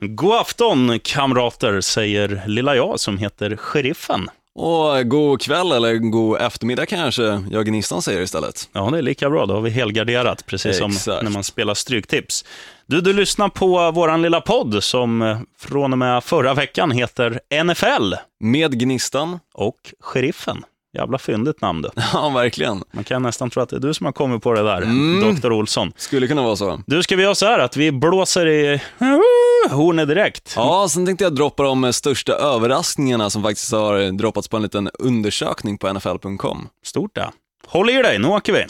God afton, kamrater, säger lilla jag som heter Sheriffen. Och god kväll eller god eftermiddag kanske jag Gnistan säger istället. Ja, det är lika bra, då har vi helgarderat, precis som när man spelar stryktips. Du lyssnar på våran lilla podd som från och med förra veckan heter NFL. Med Gnistan och Sheriffen. Jävla fyndigt namn du. Ja, verkligen. Man kan nästan tro att det är du som har kommit på det där, Dr. Olsson. Skulle kunna vara så. Du, ska vi göra så här att vi blåser i hornet direkt. Ja, sen tänkte jag droppa de största överraskningarna som faktiskt har droppats på en liten undersökning på NFL.com. Stort det. Håll i dig, nu åker vi.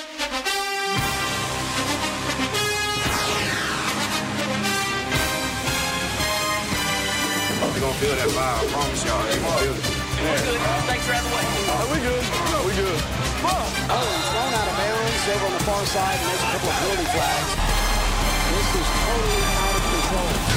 Thanks for having me. We good. We good. He's thrown out of bounds over on the far side, and there's a couple of penalty flags. This is totally out of control.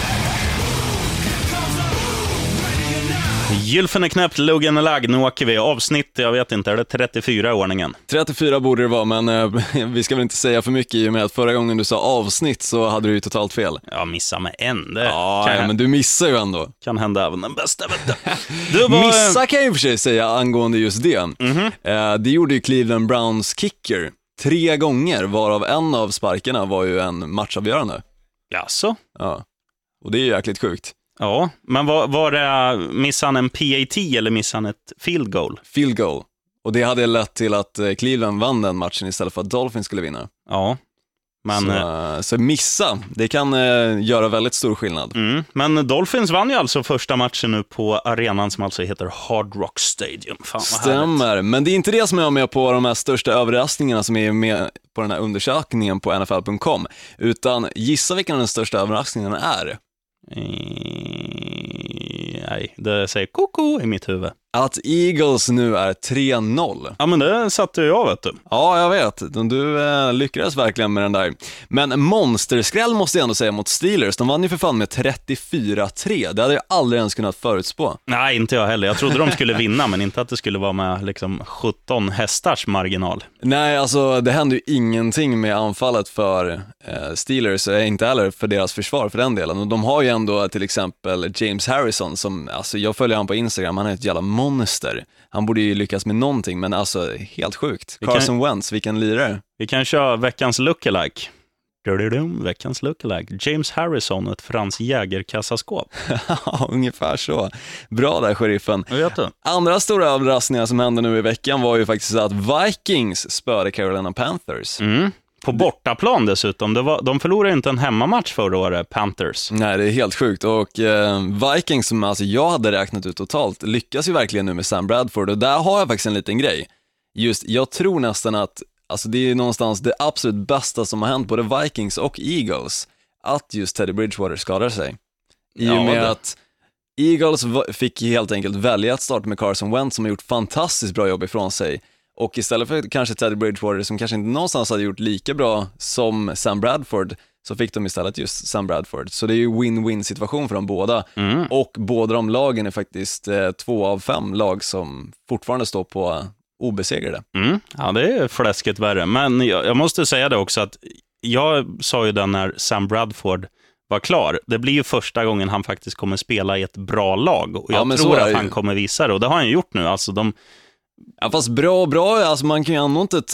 Gylfen är knäppt, luggen är lagd, nu åker vi. Avsnitt, jag vet inte, är det 34 i ordningen? 34 borde det vara, men vi ska väl inte säga för mycket i och med att förra gången du sa avsnitt så hade du ju totalt fel. Jag missar med en. Men du missar ju ändå. Kan hända även den bästa, vet du. Missa kan jag i och för sig säga angående just det. Det gjorde ju Cleveland Browns kicker 3 gånger, varav en av sparkarna var ju en matchavgörande. Jaså? Ja, och det är ju jäkligt sjukt. Ja, men var det, missade han en PAT eller missade han ett field goal? Field goal. Och det hade lett till att Cleveland vann den matchen istället för att Dolphins skulle vinna. Ja, men... Så missa, det kan göra väldigt stor skillnad. Men Dolphins vann ju alltså första matchen nu på arenan som alltså heter Hard Rock Stadium. Fan, stämmer, härligt. Men det är inte det som jag är med på de här största överraskningarna som är med på den här undersökningen på NFL.com. Utan gissa vilken den största överraskningen är. Nej, det säger koko i mitt huvud. Att Eagles nu är 3-0. Ja, men det satte jag, vet du. Ja, jag vet. Du lyckades verkligen med den där. Men monsterskräll måste jag ändå säga mot Steelers. De vann ju för fan med 34-3. Det hade jag aldrig ens kunnat förutspå. Nej, inte jag heller. Jag trodde de skulle vinna, men inte att det skulle vara med liksom 17 hästars marginal. Nej, alltså det hände ju ingenting med anfallet för Steelers, inte heller för deras försvar för den delen. Och de har ju ändå till exempel James Harrison som, alltså jag följer han på Instagram, han är ett jävla monster. Han borde ju lyckas med någonting, men alltså helt sjukt. Carson Wentz, vilken lirare. Vi kan köra veckans lookalike. Veckans lookalike. James Harrison, ett Frans Jäger-kassaskåp. Ja, ungefär så. Bra där, sheriffen. Vet du. Andra stora överraskningar som hände nu i veckan var ju faktiskt att Vikings spöade Carolina Panthers. På bortaplan dessutom. De förlorade inte en hemmamatch förra året, Panthers. Nej, det är helt sjukt. Och Vikings, som alltså jag hade räknat ut totalt, lyckas ju verkligen nu med Sam Bradford. Och där har jag faktiskt en liten grej. Just, jag tror nästan att alltså det är någonstans det absolut bästa som har hänt både Vikings och Eagles, att just Teddy Bridgewater skadar sig. I och med att Eagles fick helt enkelt välja att starta med Carson Wentz som har gjort fantastiskt bra jobb ifrån sig. Och istället för kanske Teddy Bridgewater som kanske inte någonstans hade gjort lika bra som Sam Bradford, så fick de istället just Sam Bradford. Så det är ju win-win situation för dem båda. Och båda de lagen är faktiskt 2 av 5 lag som fortfarande står på obesegrade. Ja, det är fläsket värre. Men jag måste säga det också att jag sa ju den när Sam Bradford var klar. Det blir ju första gången han faktiskt kommer spela i ett bra lag. Och jag tror att han kommer visa det. Och det har han gjort nu. Alltså Ja, fast bra, alltså man kan ju ändå inte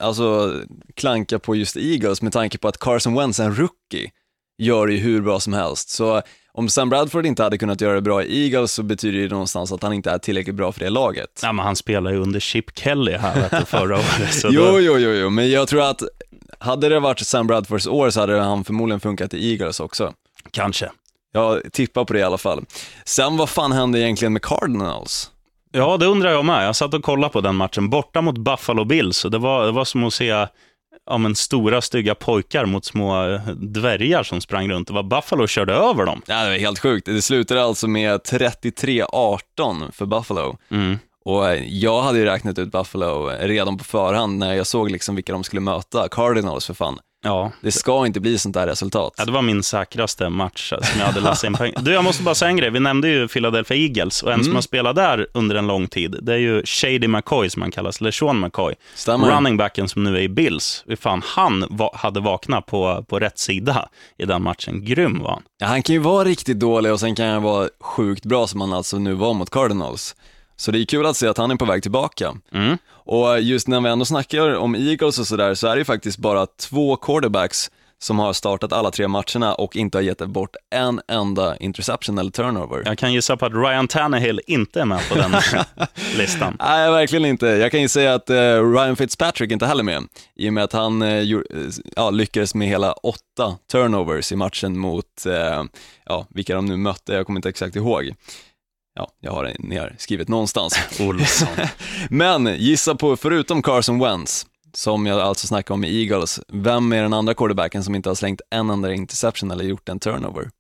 klanka på just Eagles med tanke på att Carson Wentz, en rookie, gör ju hur bra som helst. Så om Sam Bradford inte hade kunnat göra det bra i Eagles så betyder det någonstans att han inte är tillräckligt bra för det laget. Ja, men han spelar ju under Chip Kelly här förra året. Så jo, men jag tror att hade det varit Sam Bradfords år så hade han förmodligen funkat i Eagles också. Kanske. Jag tippar på det i alla fall. Sen vad fan hände egentligen med Cardinals? Ja, det undrar jag med. Jag satt och kollade på den matchen borta mot Buffalo Bills. Det var som att se stora stygga pojkar mot små dvärgar som sprang runt. Det var Buffalo och körde över dem. Ja, det var helt sjukt. Det slutade alltså med 33-18 för Buffalo. Och jag hade ju räknat ut Buffalo redan på förhand när jag såg liksom vilka de skulle möta. Cardinals för fan. Ja. Det ska inte bli sånt där resultat. Ja, det var min säkraste match som jag hade läst in poäng. Du, jag måste bara säga en grej. Vi nämnde ju Philadelphia Eagles och en som har spelat där under en lång tid, det är ju Shady McCoy som han kallas, eller Sean McCoy. Stämmer. Running backen som nu är i Bills. Fan, han hade vaknat på rätt sida i den matchen. Grym var han. Ja, han kan ju vara riktigt dålig och sen kan han vara sjukt bra som han alltså nu var mot Cardinals. Så det är kul att se att han är på väg tillbaka. Och just när vi ändå snackar om Eagles och sådär, så är det ju faktiskt bara 2 quarterbacks som har startat alla 3 matcherna och inte har gett bort en enda interception eller turnover. Jag kan gissa på att Ryan Tannehill inte är med på den listan. Nej, verkligen inte. Jag kan ju säga att Ryan Fitzpatrick inte heller med, i och med att han lyckades med hela 8 turnovers i matchen mot, vilka de nu mötte, jag kommer inte exakt ihåg. Ja, jag har det nedskrivet någonstans. Olsson. Men gissa på, förutom Carson Wentz, som jag alltså snackar om i Eagles, vem är den andra quarterbacken som inte har slängt en enda interception eller gjort en turnover?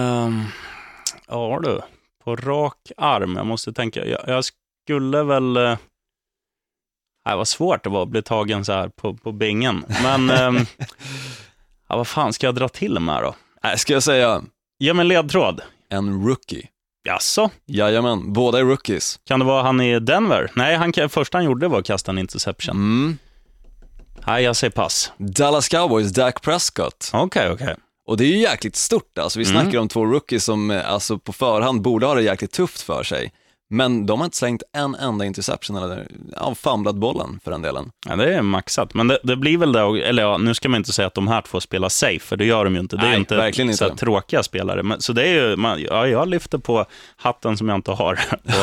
Ja du, på rak arm. Jag måste tänka, jag skulle väl... Det var svårt att bli tagen så här på bingen. Men vad fan ska jag dra till med då? Ska jag säga? Ge mig en ledtråd. En rookie. Jaså? Jajamän, båda är rookies. Kan det vara han i Denver? Nej, första han gjorde var att kasta en interception. Nej, jag säger pass. Dallas Cowboys, Dak Prescott. Okej. Och det är ju jäkligt stort, alltså vi snackar om 2 rookies som alltså på förhand borde ha det jäkligt tufft för sig. Men de har inte slängt en enda interception eller famlat bollen för den delen. Ja, det är maxat. Men det blir väl det, eller nu ska man inte säga att de här 2 spelar safe, för det gör de ju inte. Det är inte verkligen så inte tråkiga spelare. Men, så det är ju, jag lyfter på hatten som jag inte har.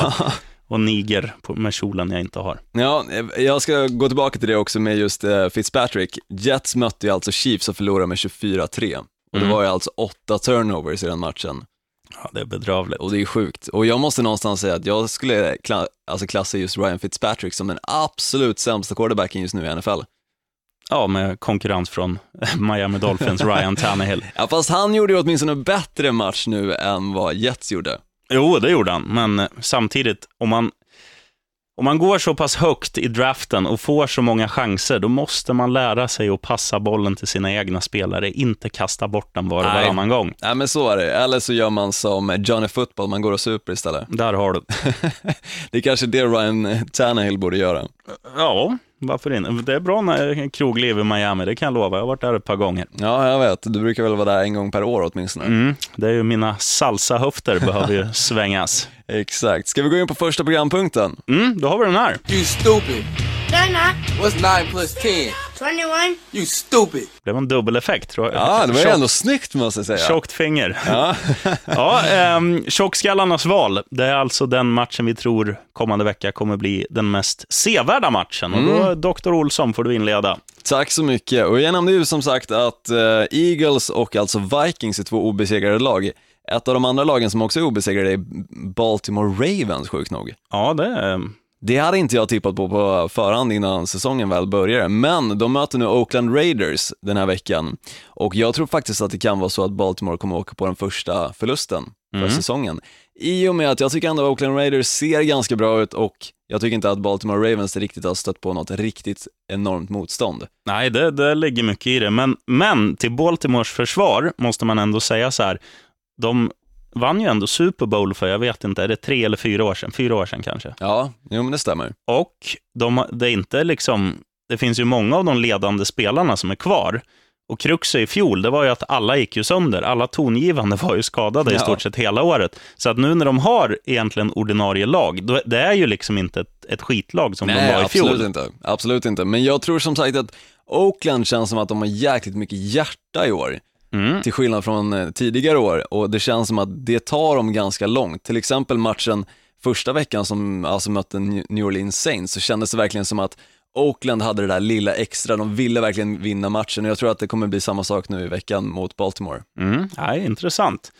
Och niger med kjolen jag inte har. Ja, jag ska gå tillbaka till det också med just Fitzpatrick. Jets mötte ju alltså Chiefs och förlorade med 24-3. Och det var ju alltså 8 turnovers i den matchen. Ja, det är bedrövligt. Och det är sjukt. Och jag måste någonstans säga att jag skulle klassa just Ryan Fitzpatrick som den absolut sämsta quarterbacken just nu i NFL. Ja, med konkurrens från Miami Dolphins, Ryan Tannehill. Ja, fast han gjorde ju åtminstone en bättre match nu än vad Jets gjorde. Jo, det gjorde han. Men samtidigt, om man går så pass högt i draften och får så många chanser, då måste man lära sig att passa bollen till sina egna spelare, inte kasta bort den varannan gång. Nej, men så är det. Eller så gör man som Johnny Football, man går och super istället. Där har du. Det är kanske det Ryan Tannehill borde göra. Ja, varför inte? Det är bra när krogliv i Miami, det kan jag lova. Jag har varit där ett par gånger. Ja, jag vet. Du brukar väl vara där en gång per år åtminstone. Det är ju mina salsa-höfter behöver ju svängas. Exakt. Ska vi gå in på första programpunkten? Då har vi den här. You stupid. No, not. What's 9 plus 10? 21. You stupid. Det blev en dubbeleffekt, tror jag. Ja, det var ju ändå snyggt måste jag säga. Tjockt finger. Ja. Tjockskallarnas val. Det är alltså den matchen vi tror kommande vecka kommer bli den mest sevärda matchen. Och då, Dr. Olsson, får du inleda. Tack så mycket. Och jag nämnde ju som sagt att Eagles och alltså Vikings är 2 obesegrade lag. Ett av de andra lagen som också är obesegrade är Baltimore Ravens, sjukt nog. Ja, Det hade inte jag tippat på förhand innan säsongen väl börjar. Men de möter nu Oakland Raiders den här veckan. Och jag tror faktiskt att det kan vara så att Baltimore kommer åka på den första förlusten för säsongen. I och med att jag tycker ändå att Oakland Raiders ser ganska bra ut och jag tycker inte att Baltimore Ravens riktigt har stött på något riktigt enormt motstånd. Nej, det ligger mycket i det. Men till Baltimores försvar måste man ändå säga så här. De vann ju ändå Super Bowl för, jag vet inte, är det 3 eller 4 år sedan? 4 år sedan kanske. Ja, jo, men det stämmer. Och det är inte liksom, det finns ju många av de ledande spelarna som är kvar. Och kruxet i fjol, det var ju att alla gick ju sönder. Alla tongivande var ju skadade i stort sett hela året. Så att nu när de har egentligen ordinarie lag, det är ju liksom inte ett skitlag som de var i fjol. Absolut inte. Men jag tror som sagt att Oakland känns som att de har jäkligt mycket hjärta i år. Till skillnad från tidigare år. Och det känns som att det tar dem ganska långt. Till exempel matchen första veckan som alltså mötte New Orleans Saints, så kändes det verkligen som att Oakland hade det där lilla extra. De ville verkligen vinna matchen och jag tror att det kommer bli samma sak nu i veckan mot Baltimore. Ja, intressant.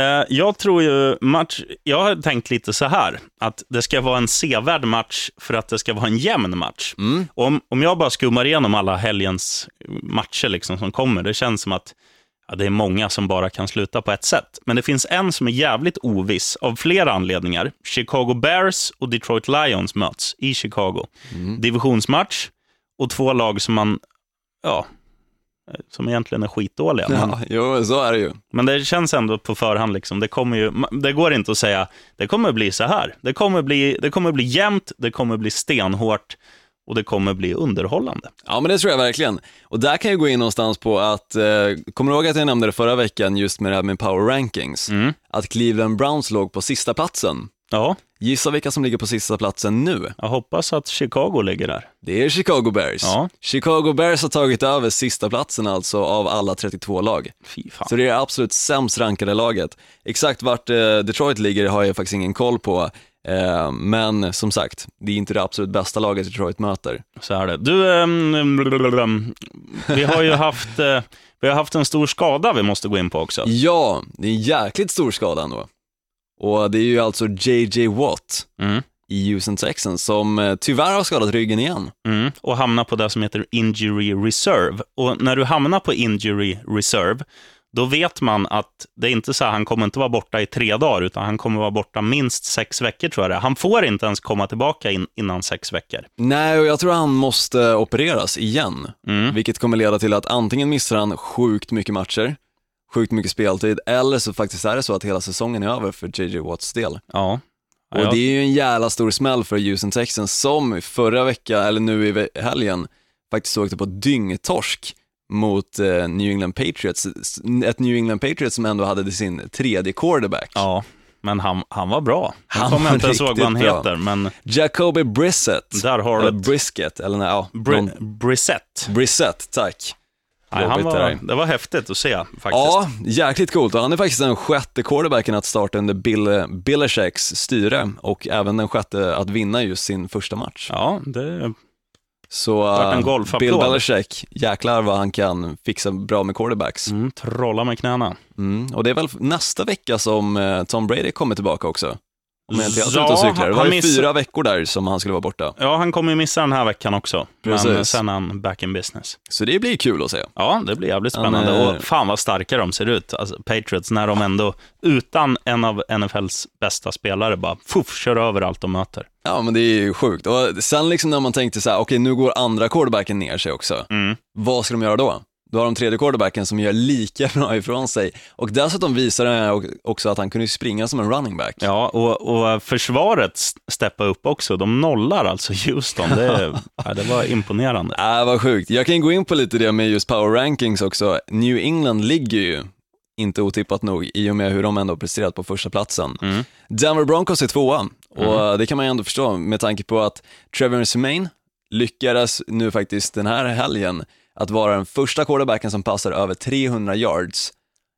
Jag tror ju jag har tänkt lite så här, att det ska vara en sevärd match för att det ska vara en jämn match. Om jag bara skummar igenom alla helgens matcher liksom som kommer, det känns som att det är många som bara kan sluta på ett sätt. Men det finns en som är jävligt oviss av flera anledningar. Chicago Bears och Detroit Lions möts i Chicago. Divisionsmatch och 2 lag som man som egentligen är skitdåliga. Ja, jo, så är det ju. Men det känns ändå på förhand liksom, det går inte att säga det kommer bli så här. Det kommer bli jämnt, det kommer bli stenhårt och det kommer bli underhållande. Ja, men det tror jag verkligen. Och där kan jag gå in någonstans på att, kommer du ihåg att jag nämnde det förra veckan just med det här med power rankings? Att Cleveland Browns låg på sista platsen. Ja. Gissa vilka som ligger på sista platsen nu? Jag hoppas att Chicago ligger där. Det är Chicago Bears. Ja. Chicago Bears har tagit över sista platsen alltså av alla 32 lag. Fy fan. Så det är det absolut sämst rankade laget. Exakt vart Detroit ligger har jag faktiskt ingen koll på. Men som sagt, det är inte det absolut bästa laget Detroit möter. Så är det. Du, vi har ju haft en stor skada vi måste gå in på också. Ja, det är en jäkligt stor skada ändå. Och det är ju alltså JJ Watt i Houston Texans som tyvärr har skadat ryggen igen. Och hamnar på det som heter injury reserve. Och när du hamnar på injury reserve, då vet man att det är inte så här, han kommer inte vara borta i 3 dagar, utan han kommer vara borta minst 6 veckor tror jag det. Han får inte ens komma tillbaka innan 6 veckor. Nej, och jag tror han måste opereras igen. Vilket kommer leda till att antingen missar han sjukt mycket matcher, sjukt mycket speltid, eller så faktiskt är det så att hela säsongen är över för JJ Watts del. Ja. Och det är ju en jävla stor smäll för Houston Texans som förra veckan, eller nu i helgen, faktiskt åkte på dyngtorsk mot New England Patriots. Ett New England Patriots som ändå hade sin 3:e quarterback. Ja, men han var bra. Han kommer inte ens ihåg vad han heter. Men Jacoby Brissett. Där har eller du Brisket. Eller nej, ja, Brissett, tack. Nej, det var häftigt att se faktiskt. Ja, jäkligt coolt. Och han är faktiskt den 6:e quarterbacken att starta under Bill Belichicks styre. Och även den 6:e att vinna just sin första match. Ja, det så en Bill Belichick, jäklar vad han kan fixa bra med quarterbacks. Trolla med knäna. Och det är väl nästa vecka som Tom Brady kommer tillbaka också. Om jag inte helt ute och cyklar. Det var ju 4 veckor där som han skulle vara borta. Ja, han kommer ju missa den här veckan också. Precis. Men sen är han back in business. Så det blir kul att se. Ja, det blir jävligt spännande. Och fan vad starka de ser ut. Alltså, Patriots, när de ändå utan en av NFLs bästa spelare bara kör över allt de möter. Ja, men det är ju sjukt. Och sen liksom när man tänkte så här, okej, nu går andra quarterbacken ner sig också. Vad ska de göra då? Då har de 3:e quarterbacken som gör lika bra ifrån sig. Och dessutom visar det också att han kunde springa som en running back. Ja, och försvaret steppar upp också. De nollar alltså Houston. Det var imponerande. Vad sjukt. Jag kan gå in på lite det med just power rankings också. New England ligger ju inte otippat nog i och med hur de ändå presterat på första platsen. Denver Broncos är 2:a. Och det kan man ju ändå förstå med tanke på att Trevor Siemian lyckades nu faktiskt den här helgen att vara den första quarterbacken som passar över 300 yards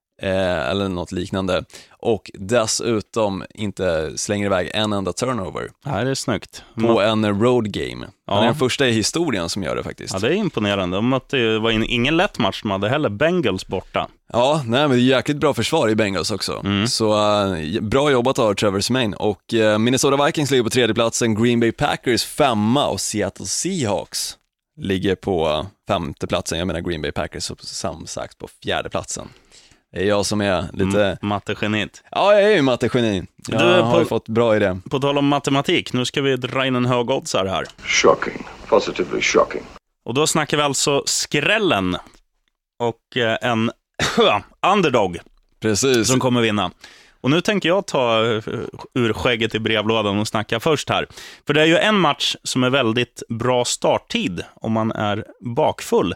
eller något liknande, och dessutom inte slänger iväg en enda turnover. Det är snyggt. På en road game. Han är den första i historien som gör det faktiskt. Ja, det är imponerande. Det var ingen lätt match, de hade heller Bengals borta. Ja, nej, men det är jäkligt bra försvar i Bengals också. Så bra jobbat av Trevor Siemian. Och Minnesota Vikings ligger på 3:e platsen, Green Bay Packers 5:a och Seattle Seahawks ligger på 5:e platsen. Jag menar Green Bay Packers som sagt på 4:e platsen. Det är jag som är lite... Mattegenit. Ja, jag är ju mattegeni. Jag har ju fått bra idé. På tal om matematik, nu ska vi dra in en högoddsare här. Shocking. Positively shocking. Och då snackar vi alltså skrällen och en underdog. Precis. Som kommer vinna. Och nu tänker jag ta ur skägget i brevlådan och snacka först här. För det är ju en match som är väldigt bra starttid om man är bakfull.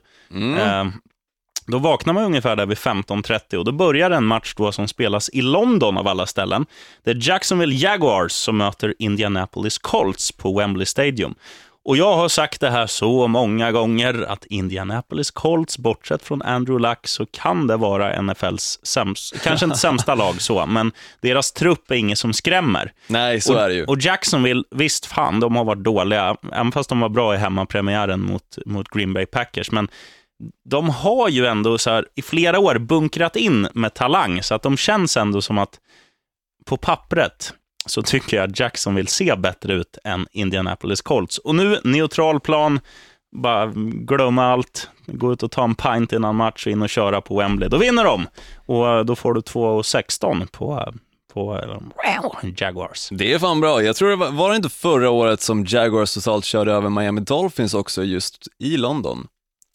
Då vaknar man ungefär där vid 15:30 och då börjar en match då som spelas i London av alla ställen. Det är Jacksonville Jaguars som möter Indianapolis Colts på Wembley Stadium. Och jag har sagt det här så många gånger att Indianapolis Colts, bortsett från Andrew Luck, så kan det vara NFLs kanske inte sämsta lag så, men deras trupp är ingen som skrämmer. Nej, så är det ju. Och Jacksonville, visst fan, de har varit dåliga, även fast de var bra i hemmapremiären mot Green Bay Packers, men de har ju ändå så här, i flera år bunkrat in med talang, så att de känns ändå som att på pappret så tycker jag att Jackson vill se bättre ut än Indianapolis Colts. Och nu, neutral plan, bara glömma allt, gå ut och ta en pint innan match och in och köra på Wembley. Då vinner de! Och då får du 2,16 på Jaguars. Det är fan bra. Jag tror det var det inte förra året som Jaguars totalt körde över Miami Dolphins också just i London?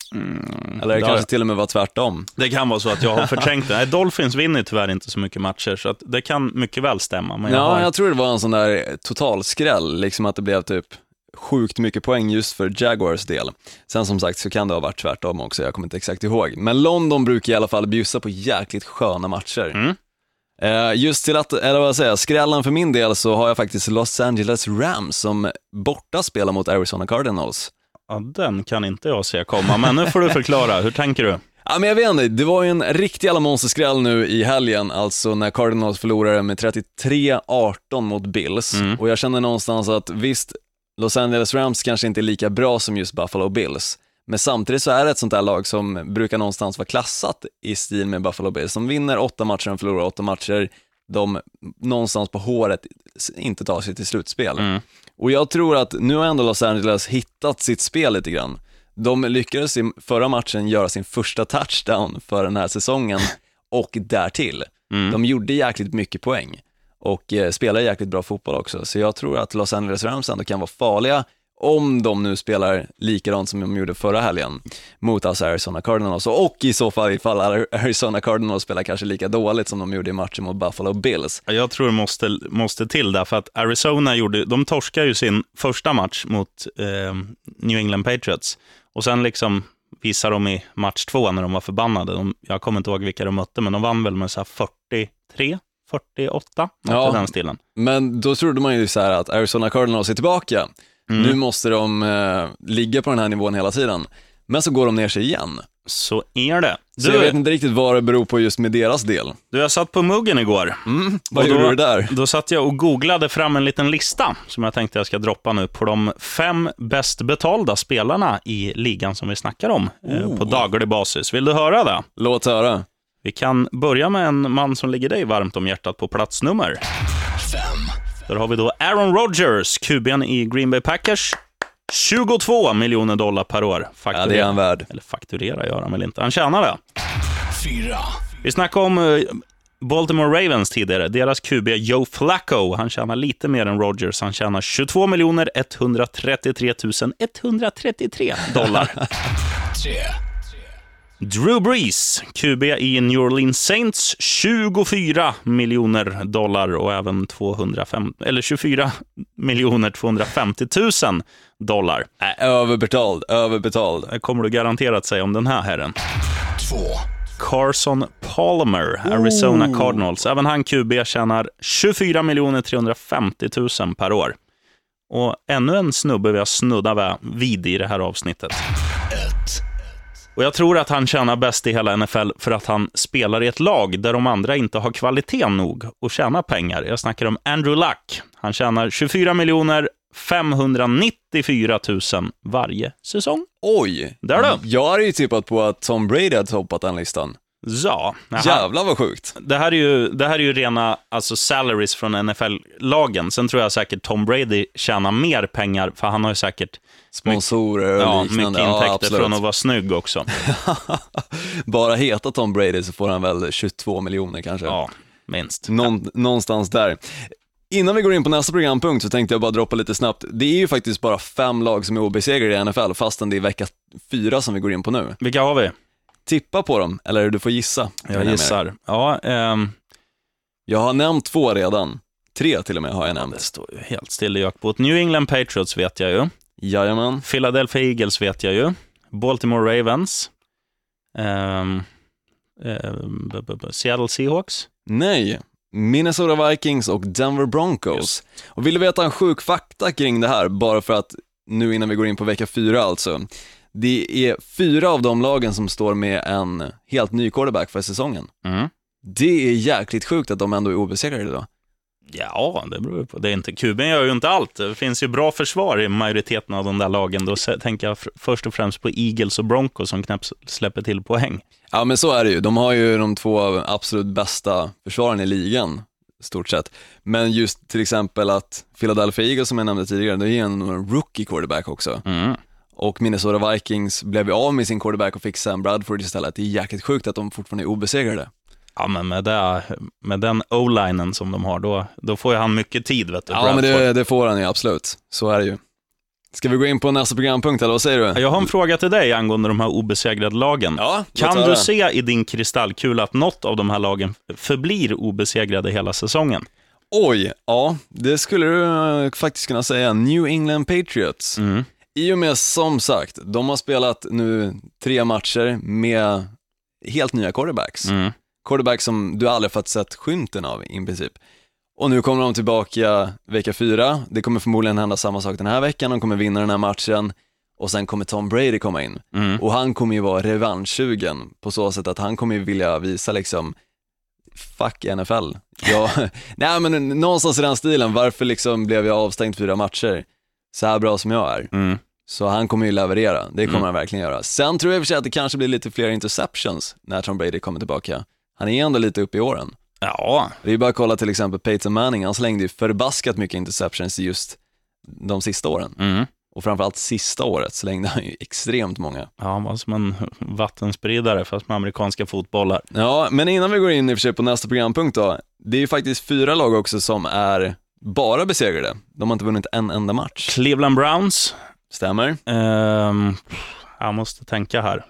Eller det kanske till och med var tvärtom. Det kan vara så att jag har förträngt det. Nej, Dolphins vinner tyvärr inte så mycket matcher, så att det kan mycket väl stämma. Men jag tror det var en sån där totalskräll, liksom att det blev typ sjukt mycket poäng just för Jaguars del. Sen som sagt så kan det ha varit tvärtom också, jag kommer inte exakt ihåg. Men London brukar i alla fall bjussa på jäkligt sköna matcher. Just till att, eller vad säger, skrällen för min del, så har jag faktiskt Los Angeles Rams som borta spelar mot Arizona Cardinals. Ja, den kan inte jag se komma, men nu får du förklara, hur tänker du? Ja, men jag vet inte, det var ju en riktig alla monsterskräll nu i helgen, alltså när Cardinals förlorade med 33-18 mot Bills. Och jag känner någonstans att visst, Los Angeles Rams kanske inte är lika bra som just Buffalo Bills, men samtidigt så är det ett sånt där lag som brukar någonstans vara klassat i stil med Buffalo Bills. De vinner 8 matcher och förlorar 8 matcher. De någonstans på håret inte tar sig till slutspel. Och jag tror att nu har ändå Los Angeles hittat sitt spel lite grann. De lyckades i förra matchen göra sin första touchdown för den här säsongen och därtill. De gjorde jäkligt mycket poäng och spelar jäkligt bra fotboll också. Så jag tror att Los Angeles Rams ändå kan vara farliga om de nu spelar likadant som de gjorde förra helgen mot alltså Arizona Cardinals. Och i så fall ifall Arizona Cardinals spelar kanske lika dåligt som de gjorde i matchen mot Buffalo Bills. Jag tror det måste till där, för att Arizona de torskade ju sin första match mot New England Patriots. Och sen liksom visar de i match 2 när de var förbannade. Jag kommer inte ihåg vilka de mötte, men de vann väl med så här 48, ja, den stilen. Men då trodde man ju så här att Arizona Cardinals är tillbaka. Nu måste de ligga på den här nivån hela tiden. Men så går de ner sig igen. Så är det. Så jag vet inte riktigt vad det beror på just med deras del. Jag satt på muggen igår. Vad gjorde du där? Då satt jag och googlade fram en liten lista som jag tänkte jag ska droppa nu på de 5 bäst betalda spelarna i ligan som vi snackar om på daglig basis. Vill du höra det? Låt höra. Vi kan börja med en man som ligger dig varmt om hjärtat på plats nummer 5. Där har vi då Aaron Rodgers, QB:n i Green Bay Packers. $22 miljoner per år. Ja, det är han värd. Eller fakturera gör han väl inte. Han tjänar det. 4. Vi snackade om Baltimore Ravens tidigare. Deras QB Joe Flacco. Han tjänar lite mer än Rodgers. Han tjänar $22 133 133 $. 3. Drew Brees, QB i New Orleans Saints, $24 miljoner och även 24 250 000 $. Överbetald. Det kommer du garanterat säga om den här herren. 2. Carson Palmer, Arizona Cardinals. Även han QB tjänar $24 350 000 per år. Och ännu en snubbe vi har snuddat vid i det här avsnittet. Och jag tror att han tjänar bäst i hela NFL för att han spelar i ett lag där de andra inte har kvalitet nog att tjäna pengar. Jag snackar om Andrew Luck. Han tjänar $24 594 000 varje säsong. Oj, där då. Jag har ju tippat på att Tom Brady hade toppat den listan. Ja. Jävlar vad sjukt. Det här är ju rena alltså salaries från NFL-lagen. Sen tror jag säkert Tom Brady tjänar mer pengar, för han har ju säkert sponsorer och liknande. Mycket intäkter från att vara snygg också. Bara heta Tom Brady så får han väl 22 miljoner kanske. Ja, minst. Någonstans där. Innan vi går in på nästa programpunkt så tänkte jag bara droppa lite snabbt. Det är ju faktiskt bara 5 lag som är obesegrade i NFL, fastän det är vecka 4 som vi går in på nu. Vilka har vi? Tippa på dem, eller du får gissa. Jag gissar. Ja, jag har nämnt 2 redan. 3 till och med har jag nämnt. Det står ju helt still i jakbåt. New England Patriots vet jag ju. Jajamän. Philadelphia Eagles vet jag ju. Baltimore Ravens. Seattle Seahawks. Nej, Minnesota Vikings och Denver Broncos. Just. Och vill du veta en sjuk fakta kring det här, bara för att nu innan vi går in på vecka 4 alltså. Det är 4 av de lagen som står med en helt ny quarterback för säsongen. Det är jäkligt sjukt att de ändå är obesegrade då. Ja, det beror på. Det är inte, Kuben gör ju inte allt. Det finns ju bra försvar i majoriteten av de där lagen. Då tänker jag först och främst på Eagles och Broncos som knappt släpper till poäng. Ja, men så är det ju. De har ju de 2 absolut bästa försvaren i ligan, stort sett. Men just till exempel att Philadelphia Eagles, som jag nämnde tidigare, det är en rookie quarterback också. Och Minnesota Vikings blev ju av med sin quarterback och fick Sam Bradford istället. Det är jäkligt sjukt att de fortfarande är obesegrade. Ja, men med den O-linen som de har, då får ju han mycket tid, vet du. Ja, Bradford. Men det får han ju absolut. Så är det ju. Ska vi gå in på nästa programpunkt eller vad säger du? Jag har en fråga till dig angående de här obesegrade lagen. Ja, kan du se i din kristallkula att något av de här lagen förblir obesegrade hela säsongen? Oj, ja, det skulle du faktiskt kunna säga. New England Patriots. I och med, som sagt, de har spelat nu 3 matcher med helt nya quarterbacks. Quarterbacks som du aldrig fått sett skymten av i princip. Och nu kommer de tillbaka vecka 4. Det kommer förmodligen hända samma sak den här veckan. De kommer vinna den här matchen. Och sen kommer Tom Brady komma in. Och han kommer ju vara revanschsugen på så sätt att han kommer ju vilja visa liksom fuck NFL. Nej men någonstans i den stilen. Varför liksom blev jag avstängd 4 matcher? Så här bra som jag är. Så han kommer ju leverera. Det kommer han verkligen göra. Sen tror jag för sig att det kanske blir lite fler interceptions när Tom Brady kommer tillbaka. Han är ändå lite uppe i åren. Ja. Det är bara att kolla till exempel Peyton Manning. Han slängde ju förbaskat mycket interceptions just de sista åren. Och framförallt sista året slängde han ju extremt många. Ja, han var som en vattenspridare fast med amerikanska fotbollar. Ja, men innan vi går in i och för sig på nästa programpunkt då. Det är ju faktiskt 4 lag också som är bara besegrade. De har inte vunnit en enda match. Cleveland Browns. Stämmer. Jag måste tänka här.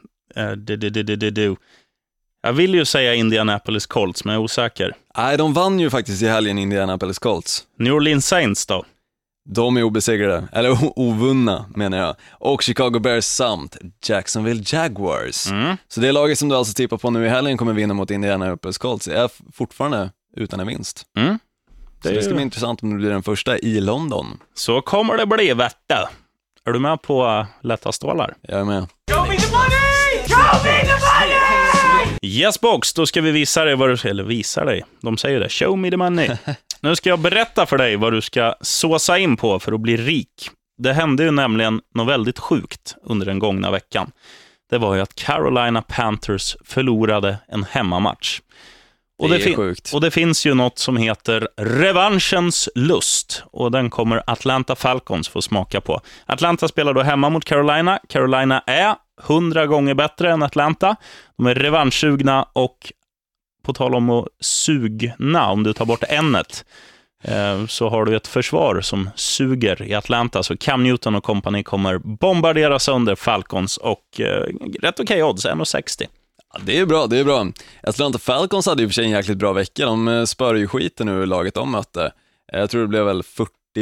Jag vill ju säga Indianapolis Colts, men jag är osäker. Nej, de vann ju faktiskt i helgen Indianapolis Colts. New Orleans Saints då? De är obesegrade, eller ovunna menar jag. Och Chicago Bears samt Jacksonville Jaguars. Så det laget som du alltså tippar på nu i helgen kommer vinna mot Indianapolis Colts är fortfarande utan en vinst. Så det ska bli intressant om det blir den första i London. Så kommer det bli, Värta. Är du med på lätta stålar? Jag är med. Show me the money! Show me the money! Yes box, då ska vi visa dig vad du... Eller visa dig, de säger det. Show me the money. Nu ska jag berätta för dig vad du ska såsa in på för att bli rik. Det hände ju nämligen något väldigt sjukt under den gångna veckan. Det var ju att Carolina Panthers förlorade en hemmamatch. Och det är sjukt. Och det finns ju något som heter revanschens lust. Och den kommer Atlanta Falcons få smaka på. Atlanta spelar då hemma mot Carolina. Carolina är 100 gånger bättre än Atlanta. De är revanschsugna och på tal om att sugna, om du tar bort n-et, så har du ett försvar som suger i Atlanta. Så Cam Newton och company kommer bombardera sönder Falcons och rätt okej odds, 1,60. Ja, det är bra, det är bra. Atlanta Falcons hade ju för sig en jäkligt bra vecka. De spör ju skiten nu i laget de mötte. Jag tror det blev väl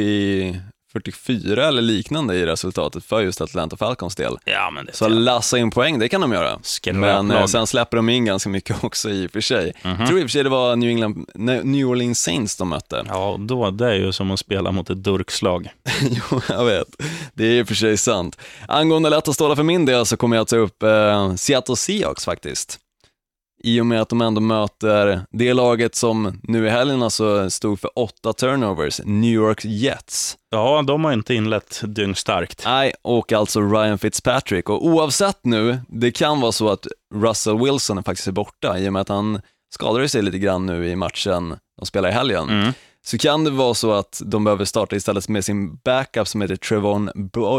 44 eller liknande i resultatet för just Atlanta Falcons del. Ja, men det så lassa in poäng, det kan de göra. Men sen släpper de in ganska mycket också i och för sig. Jag tror i och för sig det var New Orleans Saints de mötte. Ja, då det är ju som att spela mot ett durkslag. Jo, jag vet. Det är i och för sig sant. Angående lätta stålar för min del så kommer jag ta upp Seattle Seahawks faktiskt. I och med att de ändå möter det laget som nu i helgen alltså stod för 8 turnovers, New York Jets. Ja, de har inte inlett dyngstarkt. Nej, och alltså Ryan Fitzpatrick. Och oavsett nu, det kan vara så att Russell Wilson faktiskt är borta i och med att han skadade sig lite grann nu i matchen de spelar i helgen. Så kan det vara så att de behöver starta istället med sin backup som heter Trevon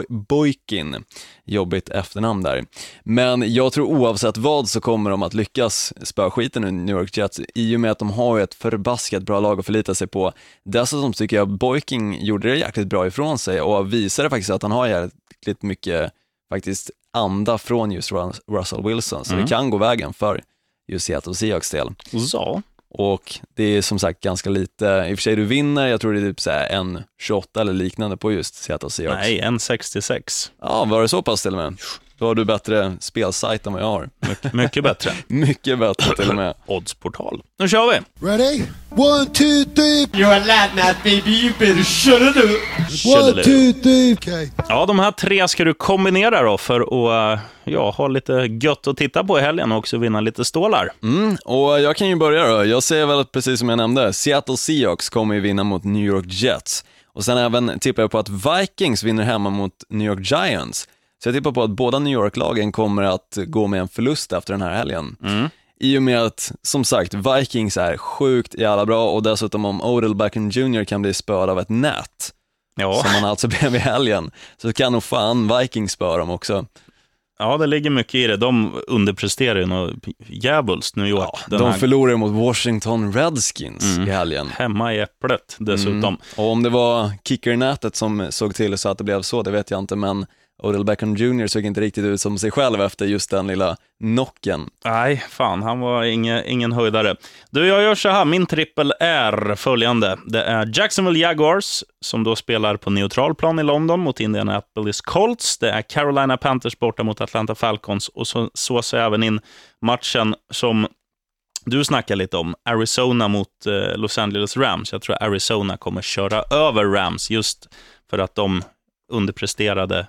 Boykin. Jobbigt efternamn där. Men jag tror oavsett vad så kommer de att lyckas spöa skiten i New York Jets i och med att de har ett förbaskat bra lag att förlita sig på. Dessutom tycker jag Boykin gjorde det jäkligt bra ifrån sig och visade faktiskt att han har jäkligt mycket faktiskt anda från just Russell Wilson. Så det kan gå vägen för just Seattle Seahawks del. Ja. Och det är som sagt ganska lite, i och för sig du vinner, jag tror det är typ så här 1,28 eller liknande på just Seattle Seahawks. Nej, 1,66. Ja, var det så pass till och med? Då har du bättre spelsajt än vad jag har. Mycket bättre. Mycket bättre till och med. Oddsportal. Nu kör vi! Ready? 1, 2, 3. You're a lad now, baby. You better shut it up. 1, 2, 3. Okay. Ja, de här 3 ska du kombinera då för att ha lite gött att titta på i helgen och också vinna lite stålar. Och jag kan ju börja då. Jag säger väl precis som jag nämnde, Seattle Seahawks kommer ju vinna mot New York Jets. Och sen även tippar jag på att Vikings vinner hemma mot New York Giants. Så jag tippar på att båda New York-lagen kommer att gå med en förlust efter den här helgen. I och med att, som sagt, Vikings är sjukt jävla bra och dessutom om Odell Beckham Jr. kan bli spöd av ett nät, som han alltså blev i helgen, så kan nog fan Vikings spöa dem också. Ja, det ligger mycket i det. De underpresterar ju något djävulskt New York. Ja, de förlorar mot Washington Redskins i helgen. Hemma i äpplet dessutom. Och om det var kickernätet som såg till så att det blev så, det vet jag inte, men Odell Beckham Jr. såg inte riktigt ut som sig själv efter just den lilla knocken. Nej, fan, han var ingen höjdare. Du, jag gör så här, min trippel är följande. Det är Jacksonville Jaguars, som då spelar på neutral plan i London mot Indianapolis Colts. Det är Carolina Panthers borta mot Atlanta Falcons. Och så ser jag även in matchen som du snackar lite om, Arizona mot Los Angeles Rams. Jag tror Arizona kommer köra över Rams just för att de underpresterade.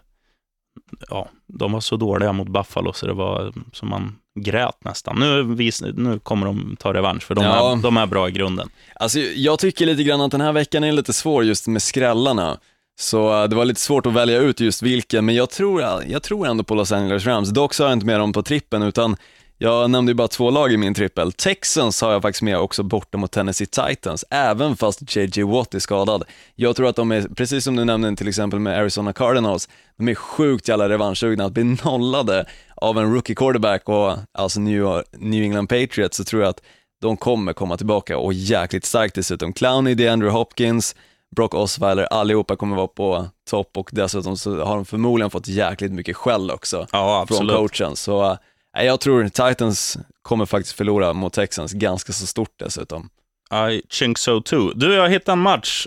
Ja, de var så dåliga mot Buffalo så det var som man grät nästan. Nu kommer de ta revansch för de är bra i grunden. Alltså, jag tycker lite grann att den här veckan är lite svår just med skrällarna. Så det var lite svårt att välja ut just vilken, men jag tror ändå på Los Angeles Rams. Dock så har jag inte med dem på trippen, utan jag nämnde ju bara 2 lag i min trippel. Texans har jag faktiskt med också borta mot Tennessee Titans, även fast J.J. Watt är skadad. Jag tror att de är, precis som du nämnde till exempel med Arizona Cardinals, de är sjukt jävla revanschsugna. Att bli nollade av en rookie quarterback och alltså New England Patriots, så tror jag att de kommer komma tillbaka och jäkligt starkt dessutom. Clowney, DeAndre Hopkins, Brock Osweiler, allihopa kommer vara på topp, och dessutom så har de förmodligen fått jäkligt mycket skäll också från coachen. Så jag tror Titans kommer faktiskt förlora mot Texans ganska så stort dessutom. I think so too. Du, jag hittade en match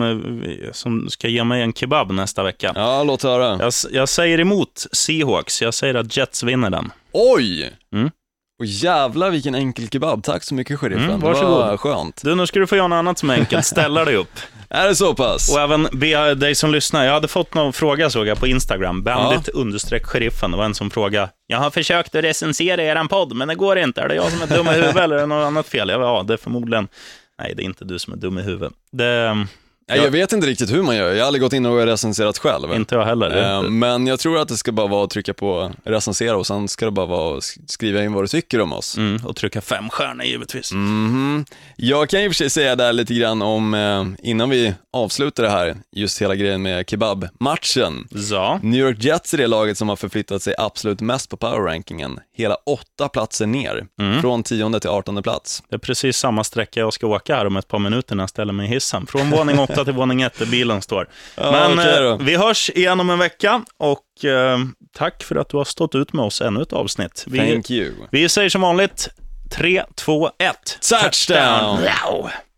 som ska ge mig en kebab nästa vecka. Ja, låt höra. Jag säger emot Seahawks. Jag säger att Jets vinner den. Oj! Och jävlar vilken enkel kebab. Tack så mycket, sheriffen. Varsågod. Det var skönt. Du, nu ska du få göra något annat som är enkelt. Ställa dig upp. Är det så pass? Och även be dig som lyssnar. Jag hade fått någon fråga, såg jag på Instagram. Bandit_sheriffen. Det var en som frågade: jag har försökt att recensera eran podd, men det går inte. Är det jag som är dum i huvudet eller är det något annat fel? Ja, det är förmodligen... Nej, det är inte du som är dum i huvudet. Jag vet inte riktigt hur man gör. Jag har aldrig gått in och recenserat själv. Inte jag heller. Men jag tror att det ska bara vara att trycka på recensera, och sen ska det bara vara att skriva in vad du tycker om oss. Och trycka 5 stjärnor givetvis. Jag kan ju för sig säga där lite grann om, innan vi avslutar det här, just hela grejen med kebab-matchen. Ja. New York Jets är det laget som har förflyttat sig absolut mest på power-rankingen. Hela 8 platser ner, från 10:e till 18:e plats. Det är precis samma sträcka jag ska åka här om ett par minuter när jag ställer mig i hissen. Från våning 8 till våning 1 där bilen står. Men vi hörs igen om en vecka, och tack för att du har stått ut med oss ännu ett avsnitt. Thank you. Vi säger som vanligt 3, 2, 1 Touchdown! Touchdown.